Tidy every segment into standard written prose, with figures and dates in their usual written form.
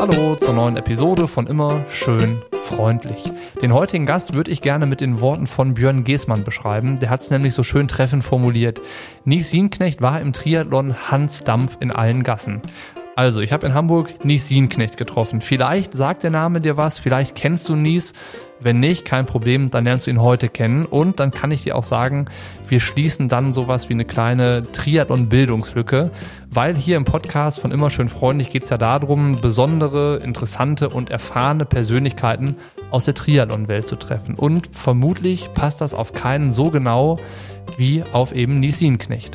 Hallo zur neuen Episode von Immer schön freundlich. Den heutigen Gast würde ich gerne mit den Worten von Björn Geßmann beschreiben. Der hat es nämlich so schön treffend formuliert. Nies Sienknecht war im Triathlon Hans Dampf in allen Gassen. Also, ich habe in Hamburg Nies Sienknecht getroffen. Vielleicht sagt der Name dir was, vielleicht kennst du Nies. Wenn nicht, kein Problem, dann lernst du ihn heute kennen. Und dann kann ich dir auch sagen, wir schließen dann sowas wie eine kleine Triathlon-Bildungslücke, weil hier im Podcast von Immer schön freundlich geht es ja darum, besondere, interessante und erfahrene Persönlichkeiten aus der Triathlon-Welt zu treffen. Und vermutlich passt das auf keinen so genau wie auf eben Nies Sienknecht.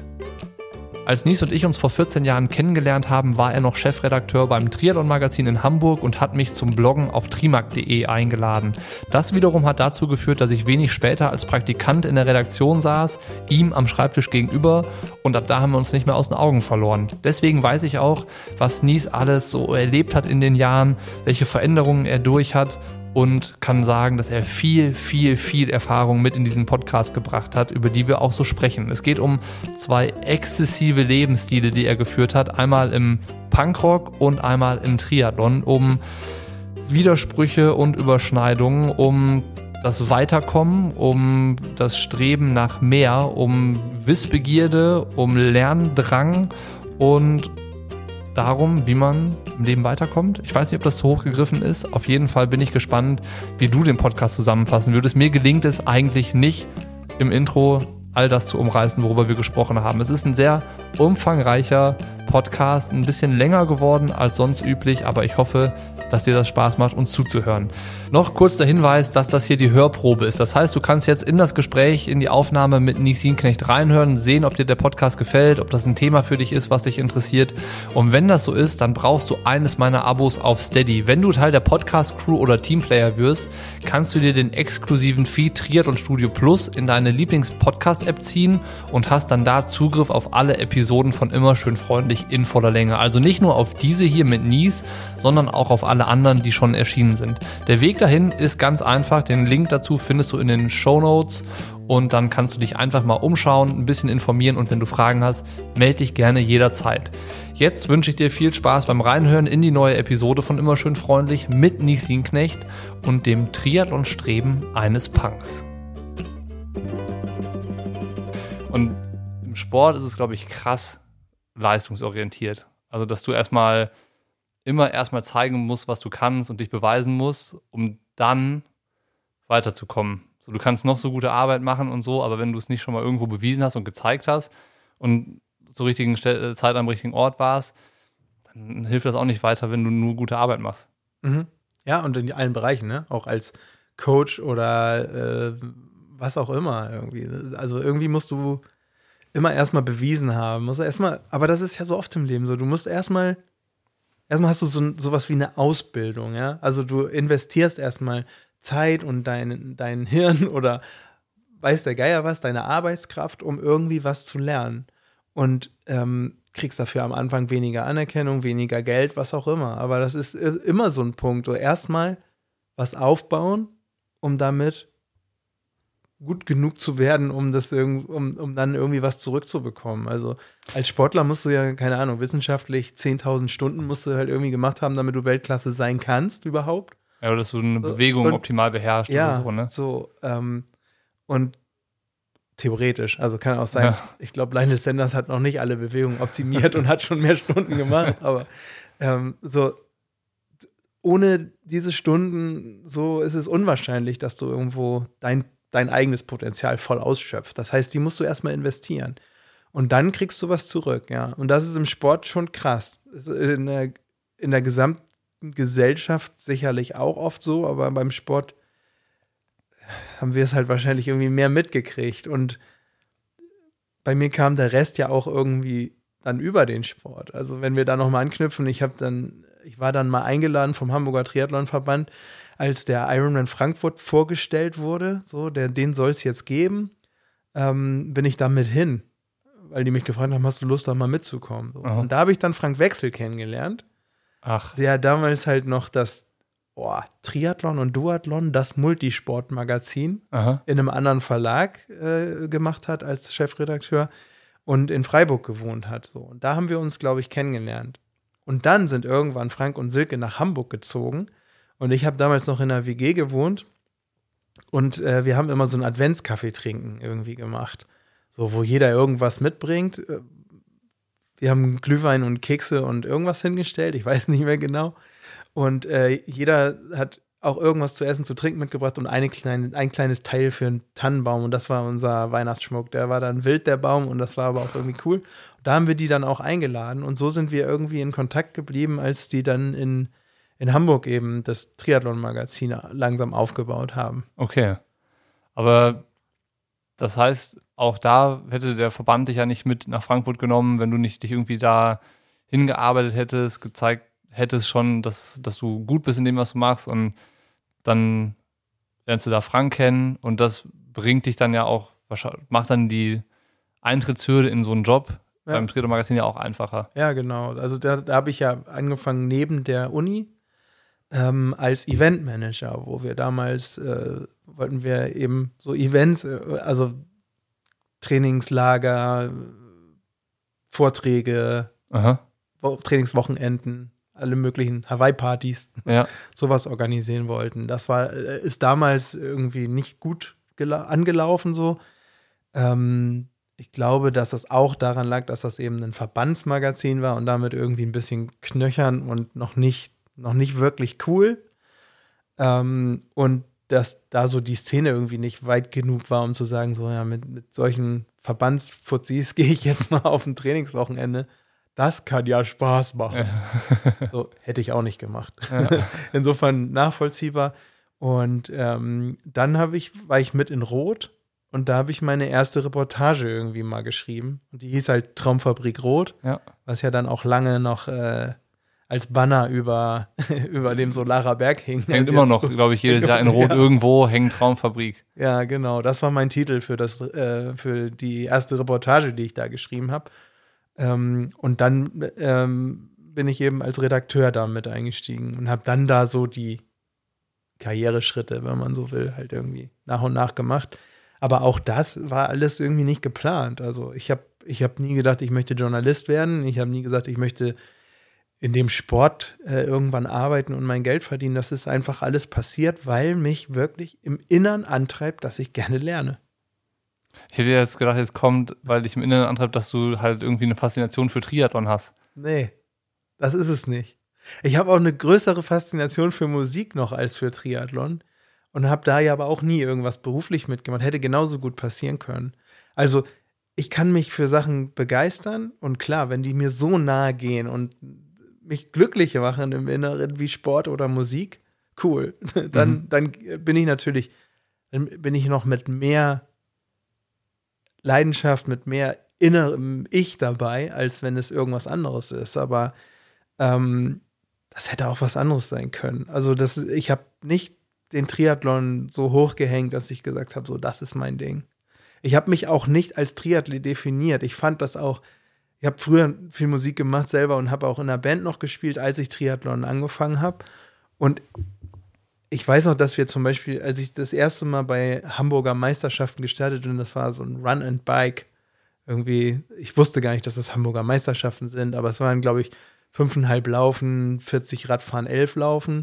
Als Nies und ich uns vor 14 Jahren kennengelernt haben, war er noch Chefredakteur beim Triathlon-Magazin in Hamburg und hat mich zum Bloggen auf trimark.de eingeladen. Das wiederum hat dazu geführt, dass ich wenig später als Praktikant in der Redaktion saß, ihm am Schreibtisch gegenüber, und ab da haben wir uns nicht mehr aus den Augen verloren. Deswegen weiß ich auch, was Nies alles so erlebt hat in den Jahren, welche Veränderungen er durch hat, und kann sagen, dass er viel Erfahrung mit in diesen Podcast gebracht hat, über die wir auch so sprechen. Es geht um zwei exzessive Lebensstile, die er geführt hat. Einmal im Punkrock und einmal im Triathlon. Um Widersprüche und Überschneidungen, um das Weiterkommen, um das Streben nach mehr, um Wissbegierde, um Lerndrang und darum, wie man im Leben weiterkommt. Ich weiß nicht, ob das zu hoch gegriffen ist. Auf jeden Fall bin ich gespannt, wie du den Podcast zusammenfassen würdest. Mir gelingt es eigentlich nicht, im Intro all das zu umreißen, worüber wir gesprochen haben. Es ist ein sehr umfangreicher Podcast, ein bisschen länger geworden als sonst üblich, aber ich hoffe, dass dir das Spaß macht, uns zuzuhören. Noch kurz der Hinweis, dass das hier die Hörprobe ist. Das heißt, du kannst jetzt in das Gespräch, in die Aufnahme mit Nies Sienknecht reinhören, sehen, ob dir der Podcast gefällt, ob das ein Thema für dich ist, was dich interessiert. Und wenn das so ist, dann brauchst du eines meiner Abos auf Steady. Wenn du Teil der Podcast-Crew oder Teamplayer wirst, kannst du dir den exklusiven Feed Triathlon Studio Plus in deine Lieblings-Podcast-App ziehen und hast dann da Zugriff auf alle Episoden von Immer schön freundlich in voller Länge. Also nicht nur auf diese hier mit Nies, sondern auch auf alle anderen, die schon erschienen sind. Der Weg dahin ist ganz einfach. Den Link dazu findest du in den Shownotes und dann kannst du dich einfach mal umschauen, ein bisschen informieren, und wenn du Fragen hast, melde dich gerne jederzeit. Jetzt wünsche ich dir viel Spaß beim Reinhören in die neue Episode von Immer schön freundlich mit Nies Sienknecht und dem Triathlon-Streben eines Punks. Und im Sport ist es, glaube ich, krass leistungsorientiert. Also, dass du erstmal zeigen musst, was du kannst und dich beweisen musst, um dann weiterzukommen. So, du kannst noch so gute Arbeit machen und so, aber wenn du es nicht schon mal irgendwo bewiesen hast und gezeigt hast und zur richtigen Zeit am richtigen Ort warst, dann hilft das auch nicht weiter, wenn du nur gute Arbeit machst. Mhm. Ja, und in allen Bereichen, ne? Auch als Coach oder was auch immer irgendwie. Also irgendwie musst du immer erstmal bewiesen haben. Aber das ist ja so oft im Leben so. Du musst erstmal hast du sowas wie eine Ausbildung, ja. Also du investierst erstmal Zeit und dein Hirn oder weiß der Geier was, deine Arbeitskraft, um irgendwie was zu lernen. Und kriegst dafür am Anfang weniger Anerkennung, weniger Geld, was auch immer. Aber das ist immer so ein Punkt. So erstmal was aufbauen, um damit gut genug zu werden, um dann irgendwie was zurückzubekommen. Also als Sportler musst du ja, keine Ahnung, wissenschaftlich 10.000 Stunden musst du halt irgendwie gemacht haben, damit du Weltklasse sein kannst überhaupt. Ja, oder dass du eine Bewegung optimal beherrschst ja, oder so, ne? Und theoretisch, also kann auch sein, ja. Ich glaube, Lionel Sanders hat noch nicht alle Bewegungen optimiert und hat schon mehr Stunden gemacht, aber ohne diese Stunden, so ist es unwahrscheinlich, dass du irgendwo dein eigenes Potenzial voll ausschöpft. Das heißt, die musst du erstmal investieren. Und dann kriegst du was zurück, ja. Und das ist im Sport schon krass. In der gesamten Gesellschaft sicherlich auch oft so, aber beim Sport haben wir es halt wahrscheinlich irgendwie mehr mitgekriegt. Und bei mir kam der Rest ja auch irgendwie dann über den Sport. Also wenn wir da nochmal anknüpfen, ich war dann mal eingeladen vom Hamburger Triathlonverband, als der Ironman Frankfurt vorgestellt wurde, so, den soll es jetzt geben, bin ich da mit hin, weil die mich gefragt haben, hast du Lust, da mal mitzukommen? So. Und da habe ich dann Frank Wechsel kennengelernt, der damals halt noch das Triathlon und Duathlon, das Multisportmagazin, in einem anderen Verlag gemacht hat als Chefredakteur und in Freiburg gewohnt hat. So. Und da haben wir uns, glaube ich, kennengelernt. Und dann sind irgendwann Frank und Silke nach Hamburg gezogen. Und ich habe damals noch in einer WG gewohnt. Und wir haben immer so einen Adventskaffee trinken irgendwie gemacht. So, wo jeder irgendwas mitbringt. Wir haben Glühwein und Kekse und irgendwas hingestellt. Ich weiß nicht mehr genau. Und jeder hat auch irgendwas zu essen, zu trinken mitgebracht und ein kleines Teil für einen Tannenbaum. Und das war unser Weihnachtsschmuck. Der war dann wild, der Baum, und das war aber auch irgendwie cool. Da haben wir die dann auch eingeladen. Und so sind wir irgendwie in Kontakt geblieben, als die dann in Hamburg eben das Triathlon-Magazin langsam aufgebaut haben. Okay. Aber das heißt, auch da hätte der Verband dich ja nicht mit nach Frankfurt genommen, wenn du nicht dich irgendwie da hingearbeitet hättest, gezeigt hättest schon, dass du gut bist in dem, was du machst, und dann lernst du da Frank kennen und das bringt dich dann ja auch, macht dann die Eintrittshürde in so einen Job beim Triathlon-Magazin ja auch einfacher. Ja, genau. Also da habe ich ja angefangen neben der Uni als Eventmanager, wo wir damals wollten wir eben so Events, also Trainingslager, Vorträge, Trainingswochenenden, alle möglichen Hawaii-Partys, sowas organisieren wollten. Das ist damals irgendwie nicht gut angelaufen so. Ich glaube, dass das auch daran lag, dass das eben ein Verbandsmagazin war und damit irgendwie ein bisschen knöchern und noch nicht wirklich cool. Und dass da so die Szene irgendwie nicht weit genug war, um zu sagen, so ja, mit solchen Verbandsfuzis gehe ich jetzt mal auf ein Trainingswochenende. Das kann ja Spaß machen. Ja. So hätte ich auch nicht gemacht. Ja. Insofern nachvollziehbar. Und dann war ich mit in Rot und da habe ich meine erste Reportage irgendwie mal geschrieben. Und die hieß halt Traumfabrik Rot, was ja dann auch lange noch als Banner über dem Solarer Berg hing. Hängt immer noch, glaube ich, jedes Jahr in Rot irgendwo hängt Traumfabrik. Ja, genau. Das war mein Titel für die erste Reportage, die ich da geschrieben habe. Und dann bin ich eben als Redakteur da mit eingestiegen und habe dann da so die Karriereschritte, wenn man so will, halt irgendwie nach und nach gemacht. Aber auch das war alles irgendwie nicht geplant. Also ich hab nie gedacht, ich möchte Journalist werden. Ich habe nie gesagt, ich möchte in dem Sport irgendwann arbeiten und mein Geld verdienen. Das ist einfach alles passiert, weil mich wirklich im Innern antreibt, dass ich gerne lerne. Ich hätte jetzt gedacht, jetzt kommt, weil dich im Inneren antreibt, dass du halt irgendwie eine Faszination für Triathlon hast. Nee, das ist es nicht. Ich habe auch eine größere Faszination für Musik noch als für Triathlon und habe da ja aber auch nie irgendwas beruflich mitgemacht. Hätte genauso gut passieren können. Also ich kann mich für Sachen begeistern und klar, wenn die mir so nahe gehen und mich glücklicher machen im Inneren wie Sport oder Musik, cool. Dann bin ich noch mit mehr Leidenschaft, mit mehr innerem Ich dabei, als wenn es irgendwas anderes ist. Aber das hätte auch was anderes sein können. Also ich habe nicht den Triathlon so hochgehängt, dass ich gesagt habe, so, das ist mein Ding. Ich habe mich auch nicht als Triathlet definiert. Ich fand das auch, ich habe früher viel Musik gemacht selber und habe auch in einer Band noch gespielt, als ich Triathlon angefangen habe. Und ich weiß noch, dass wir zum Beispiel, als ich das erste Mal bei Hamburger Meisterschaften gestartet bin, das war so ein Run and Bike. Irgendwie, ich wusste gar nicht, dass das Hamburger Meisterschaften sind, aber es waren, glaube ich, 5,5 Laufen, 40 Radfahren, 11 Laufen.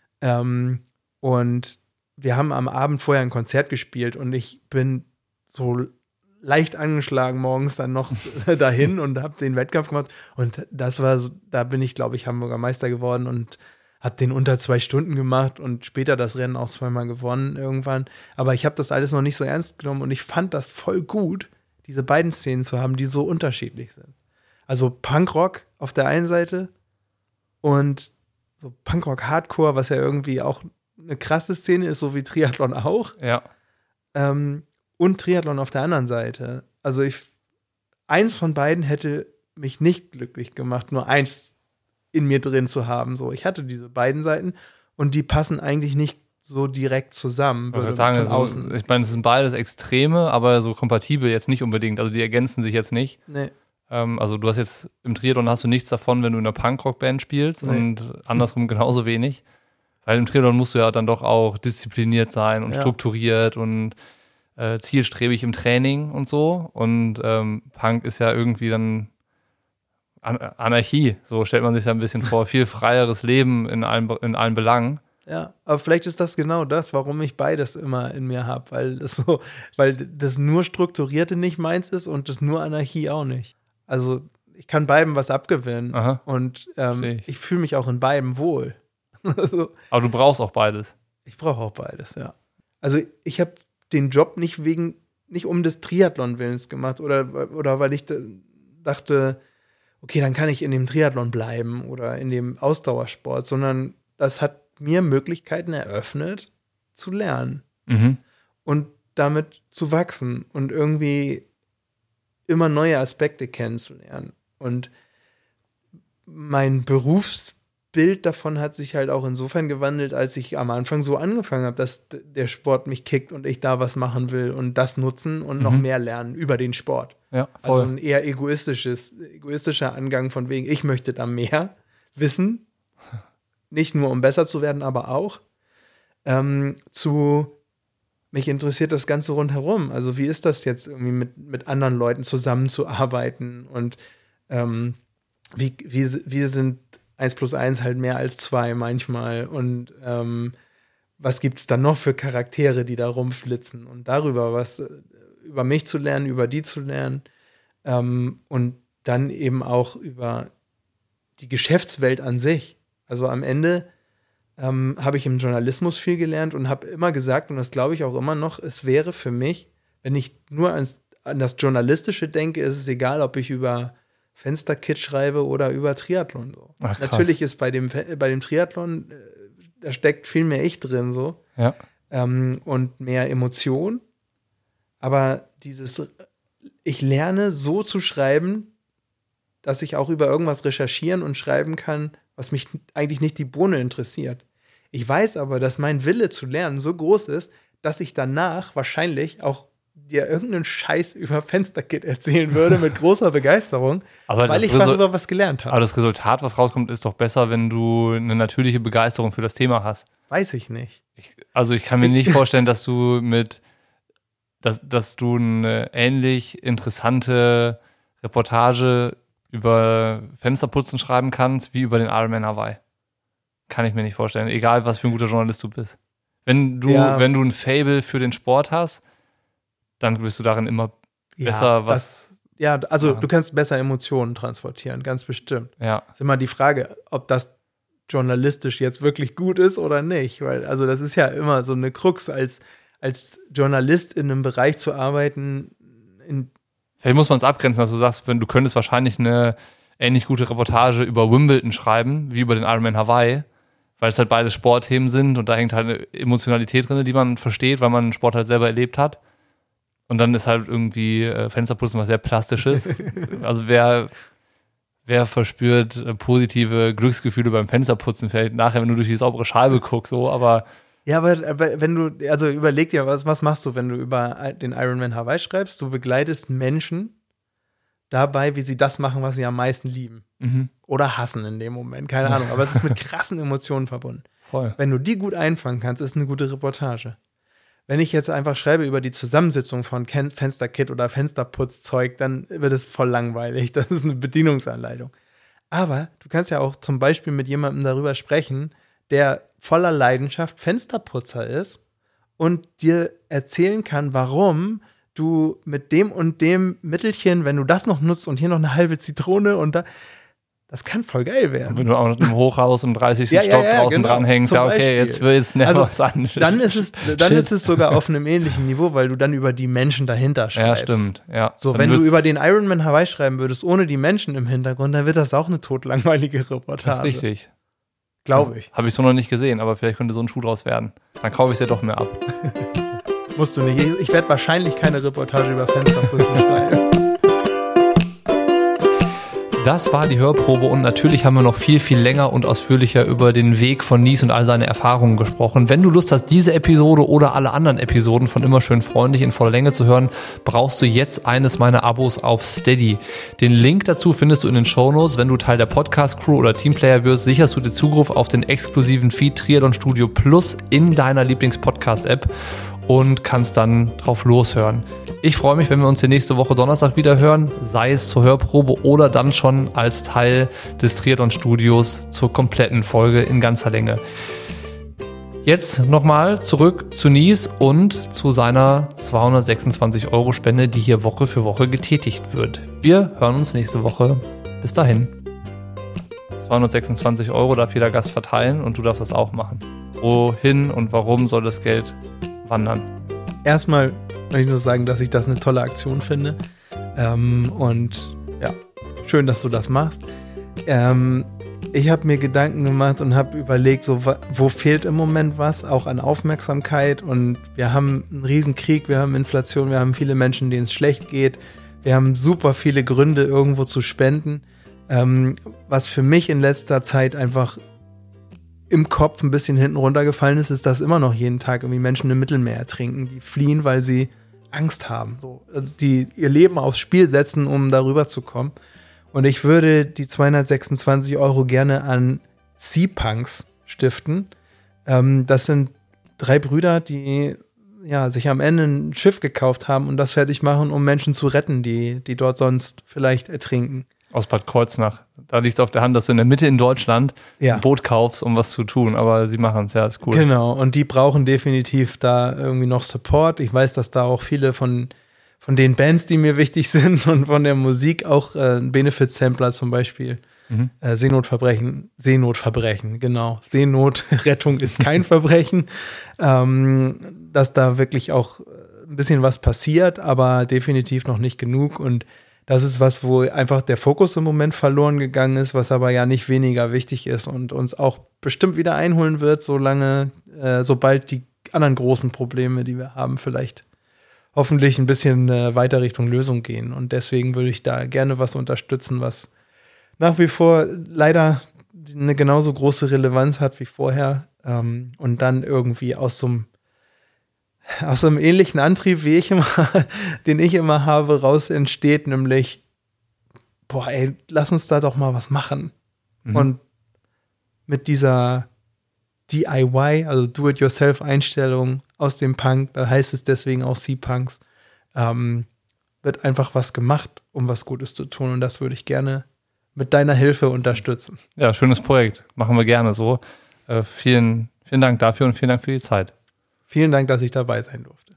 Und wir haben am Abend vorher ein Konzert gespielt und ich bin so leicht angeschlagen morgens dann noch dahin und habe den Wettkampf gemacht. Und das war so, da bin ich, glaube ich, Hamburger Meister geworden und habe den unter 2 Stunden gemacht und später das Rennen auch 2-mal gewonnen irgendwann. Aber ich habe das alles noch nicht so ernst genommen und ich fand das voll gut, diese beiden Szenen zu haben, die so unterschiedlich sind. Also Punkrock auf der einen Seite und so Punkrock-Hardcore, was ja irgendwie auch eine krasse Szene ist, so wie Triathlon auch. Ja. Und Triathlon auf der anderen Seite. Also eins von beiden hätte mich nicht glücklich gemacht, nur eins in mir drin zu haben. So, ich hatte diese beiden Seiten und die passen eigentlich nicht so direkt zusammen. Ich würde sagen, so, ich meine, es sind beides Extreme, aber so kompatibel jetzt nicht unbedingt. Also die ergänzen sich jetzt nicht. Nee. Also du hast jetzt im Triathlon hast du nichts davon, wenn du in einer Punkrock-Band spielst und andersrum genauso wenig. Weil im Triathlon musst du ja dann doch auch diszipliniert sein und strukturiert und zielstrebig im Training und so. Und Punk ist ja irgendwie dann Anarchie, so stellt man sich ja ein bisschen vor. Viel freieres Leben in allen Belangen. Ja, aber vielleicht ist das genau das, warum ich beides immer in mir habe, weil das nur Strukturierte nicht meins ist und das nur Anarchie auch nicht. Also ich kann beidem was abgewinnen. Aha. Und ich fühle mich auch in beidem wohl. Aber du brauchst auch beides. Ich brauche auch beides, ja. Also ich habe den Job nicht um des Triathlon-Willens gemacht oder weil ich dachte, okay, dann kann ich in dem Triathlon bleiben oder in dem Ausdauersport, sondern das hat mir Möglichkeiten eröffnet, zu lernen und damit zu wachsen und irgendwie immer neue Aspekte kennenzulernen. Und mein Berufsbild davon hat sich halt auch insofern gewandelt, als ich am Anfang so angefangen habe, dass der Sport mich kickt und ich da was machen will und das nutzen und noch mehr lernen über den Sport. Ja, voll. Also ein eher egoistischer Angang von wegen, ich möchte da mehr wissen, nicht nur um besser zu werden, aber auch mich interessiert das Ganze rundherum. Also wie ist das jetzt irgendwie mit anderen Leuten zusammenzuarbeiten und wie sind 1+1 halt mehr als 2 manchmal und was gibt es dann noch für Charaktere, die da rumflitzen und darüber was über mich zu lernen, über die zu lernen und dann eben auch über die Geschäftswelt an sich. Also am Ende habe ich im Journalismus viel gelernt und habe immer gesagt, und das glaube ich auch immer noch, es wäre für mich, wenn ich nur an das Journalistische denke, ist es egal, ob ich über Fensterkit schreibe oder über Triathlon. So. Ach, natürlich ist bei dem Triathlon, da steckt viel mehr ich drin so ja. Und mehr Emotion. Aber ich lerne so zu schreiben, dass ich auch über irgendwas recherchieren und schreiben kann, was mich eigentlich nicht die Bohne interessiert. Ich weiß aber, dass mein Wille zu lernen so groß ist, dass ich danach wahrscheinlich auch dir irgendeinen Scheiß über Fensterkit erzählen würde mit großer Begeisterung, weil ich darüber was gelernt habe. Aber das Resultat, was rauskommt, ist doch besser, wenn du eine natürliche Begeisterung für das Thema hast. Weiß ich nicht. Ich kann mir nicht vorstellen, dass du dass du eine ähnlich interessante Reportage über Fensterputzen schreiben kannst, wie über den Ironman Hawaii. Kann ich mir nicht vorstellen. Egal, was für ein guter Journalist du bist. Wenn du ein Faible für den Sport hast, dann bist du darin immer besser du kannst besser Emotionen transportieren, ganz bestimmt. Ja. Ist immer die Frage, ob das journalistisch jetzt wirklich gut ist oder nicht. Weil, also das ist ja immer so eine Krux, als Journalist in einem Bereich zu arbeiten. Vielleicht muss man es abgrenzen, dass du sagst, du könntest wahrscheinlich eine ähnlich gute Reportage über Wimbledon schreiben, wie über den Ironman Hawaii, weil es halt beide Sportthemen sind und da hängt halt eine Emotionalität drin, die man versteht, weil man den Sport halt selber erlebt hat. Und dann ist halt irgendwie Fensterputzen was sehr Plastisches. Also wer verspürt positive Glücksgefühle beim Fensterputzen, vielleicht nachher, wenn du durch die saubere Scheibe guckst, so, aber ja, aber wenn du, also überleg dir, was machst du, wenn du über den Ironman Hawaii schreibst? Du begleitest Menschen dabei, wie sie das machen, was sie am meisten lieben. Oder hassen in dem Moment, keine Ahnung. Aber es ist mit krassen Emotionen verbunden. Voll. Wenn du die gut einfangen kannst, ist eine gute Reportage. Wenn ich jetzt einfach schreibe über die Zusammensetzung von Fensterkit oder Fensterputzzeug, dann wird es voll langweilig. Das ist eine Bedienungsanleitung. Aber du kannst ja auch zum Beispiel mit jemandem darüber sprechen, der voller Leidenschaft Fensterputzer ist und dir erzählen kann, warum du mit dem und dem Mittelchen, wenn du das noch nutzt und hier noch eine halbe Zitrone und das kann voll geil werden. Und wenn du auch noch im Hochhaus im 30. Stock draußen dranhängst, ja, okay, jetzt will es nicht was anderes. Dann ist es sogar auf einem ähnlichen Niveau, weil du dann über die Menschen dahinter schreibst. Ja, stimmt. Ja. So, wenn du über den Ironman Hawaii schreiben würdest, ohne die Menschen im Hintergrund, dann wird das auch eine totlangweilige Reportage. Das ist richtig. Glaube ich. Habe ich so noch nicht gesehen, aber vielleicht könnte so ein Schuh draus werden. Dann kaufe ich es ja doch mehr ab. Musst du nicht. Ich werde wahrscheinlich keine Reportage über Fensterputzen schreiben. Das war die Hörprobe und natürlich haben wir noch viel, viel länger und ausführlicher über den Weg von Nies und all seine Erfahrungen gesprochen. Wenn du Lust hast, diese Episode oder alle anderen Episoden von Immer schön freundlich in voller Länge zu hören, brauchst du jetzt eines meiner Abos auf Steady. Den Link dazu findest du in den Shownotes. Wenn du Teil der Podcast-Crew oder Teamplayer wirst, sicherst du dir Zugriff auf den exklusiven Feed Triathlon Studio Plus in deiner Lieblings-Podcast-App. und kannst dann drauf loshören. Ich freue mich, wenn wir uns hier nächste Woche Donnerstag wieder hören, sei es zur Hörprobe oder dann schon als Teil des Triathlon-Studios zur kompletten Folge in ganzer Länge. Jetzt nochmal zurück zu Nies und zu seiner 226-Euro-Spende, die hier Woche für Woche getätigt wird. Wir hören uns nächste Woche. Bis dahin. 226 Euro darf jeder Gast verteilen und du darfst das auch machen. Wohin und warum soll das Geld wandern? Erstmal möchte ich nur sagen, dass ich das eine tolle Aktion finde. Und ja, schön, dass du das machst. Ich habe mir Gedanken gemacht und habe überlegt, so, wo fehlt im Moment was, auch an Aufmerksamkeit. Und wir haben einen Riesenkrieg, wir haben Inflation, wir haben viele Menschen, denen es schlecht geht. Wir haben super viele Gründe, irgendwo zu spenden. Was für mich in letzter Zeit einfach im Kopf ein bisschen hinten runtergefallen ist, dass immer noch jeden Tag irgendwie Menschen im Mittelmeer ertrinken, die fliehen, weil sie Angst haben. So, also die ihr Leben aufs Spiel setzen, um darüber zu kommen. Und ich würde die 226 Euro gerne an Sea-Punks stiften. Das sind 3 Brüder, die sich am Ende ein Schiff gekauft haben und das fertig machen, um Menschen zu retten, die dort sonst vielleicht ertrinken. Aus Bad Kreuznach. Da liegt es auf der Hand, dass du in der Mitte in Deutschland ein Boot kaufst, um was zu tun. Aber sie machen es, ja, ist cool. Genau, und die brauchen definitiv da irgendwie noch Support. Ich weiß, dass da auch viele von den Bands, die mir wichtig sind und von der Musik auch Benefit-Sampler zum Beispiel. Seenotverbrechen, genau. Seenotrettung ist kein Verbrechen. Dass da wirklich auch ein bisschen was passiert, aber definitiv noch nicht genug. Und das ist was, wo einfach der Fokus im Moment verloren gegangen ist, was aber ja nicht weniger wichtig ist und uns auch bestimmt wieder einholen wird, sobald die anderen großen Probleme, die wir haben, vielleicht hoffentlich ein bisschen weiter Richtung Lösung gehen. Und deswegen würde ich da gerne was unterstützen, was nach wie vor leider eine genauso große Relevanz hat wie vorher und dann irgendwie aus so einem ähnlichen Antrieb, den ich immer habe, raus entsteht, nämlich, lass uns da doch mal was machen. Und mit dieser DIY, also Do-it-yourself-Einstellung aus dem Punk, da heißt es deswegen auch Sea-Punks, wird einfach was gemacht, um was Gutes zu tun. Und das würde ich gerne mit deiner Hilfe unterstützen. Ja, schönes Projekt. Machen wir gerne so. Vielen Dank dafür und vielen Dank für die Zeit. Vielen Dank, dass ich dabei sein durfte.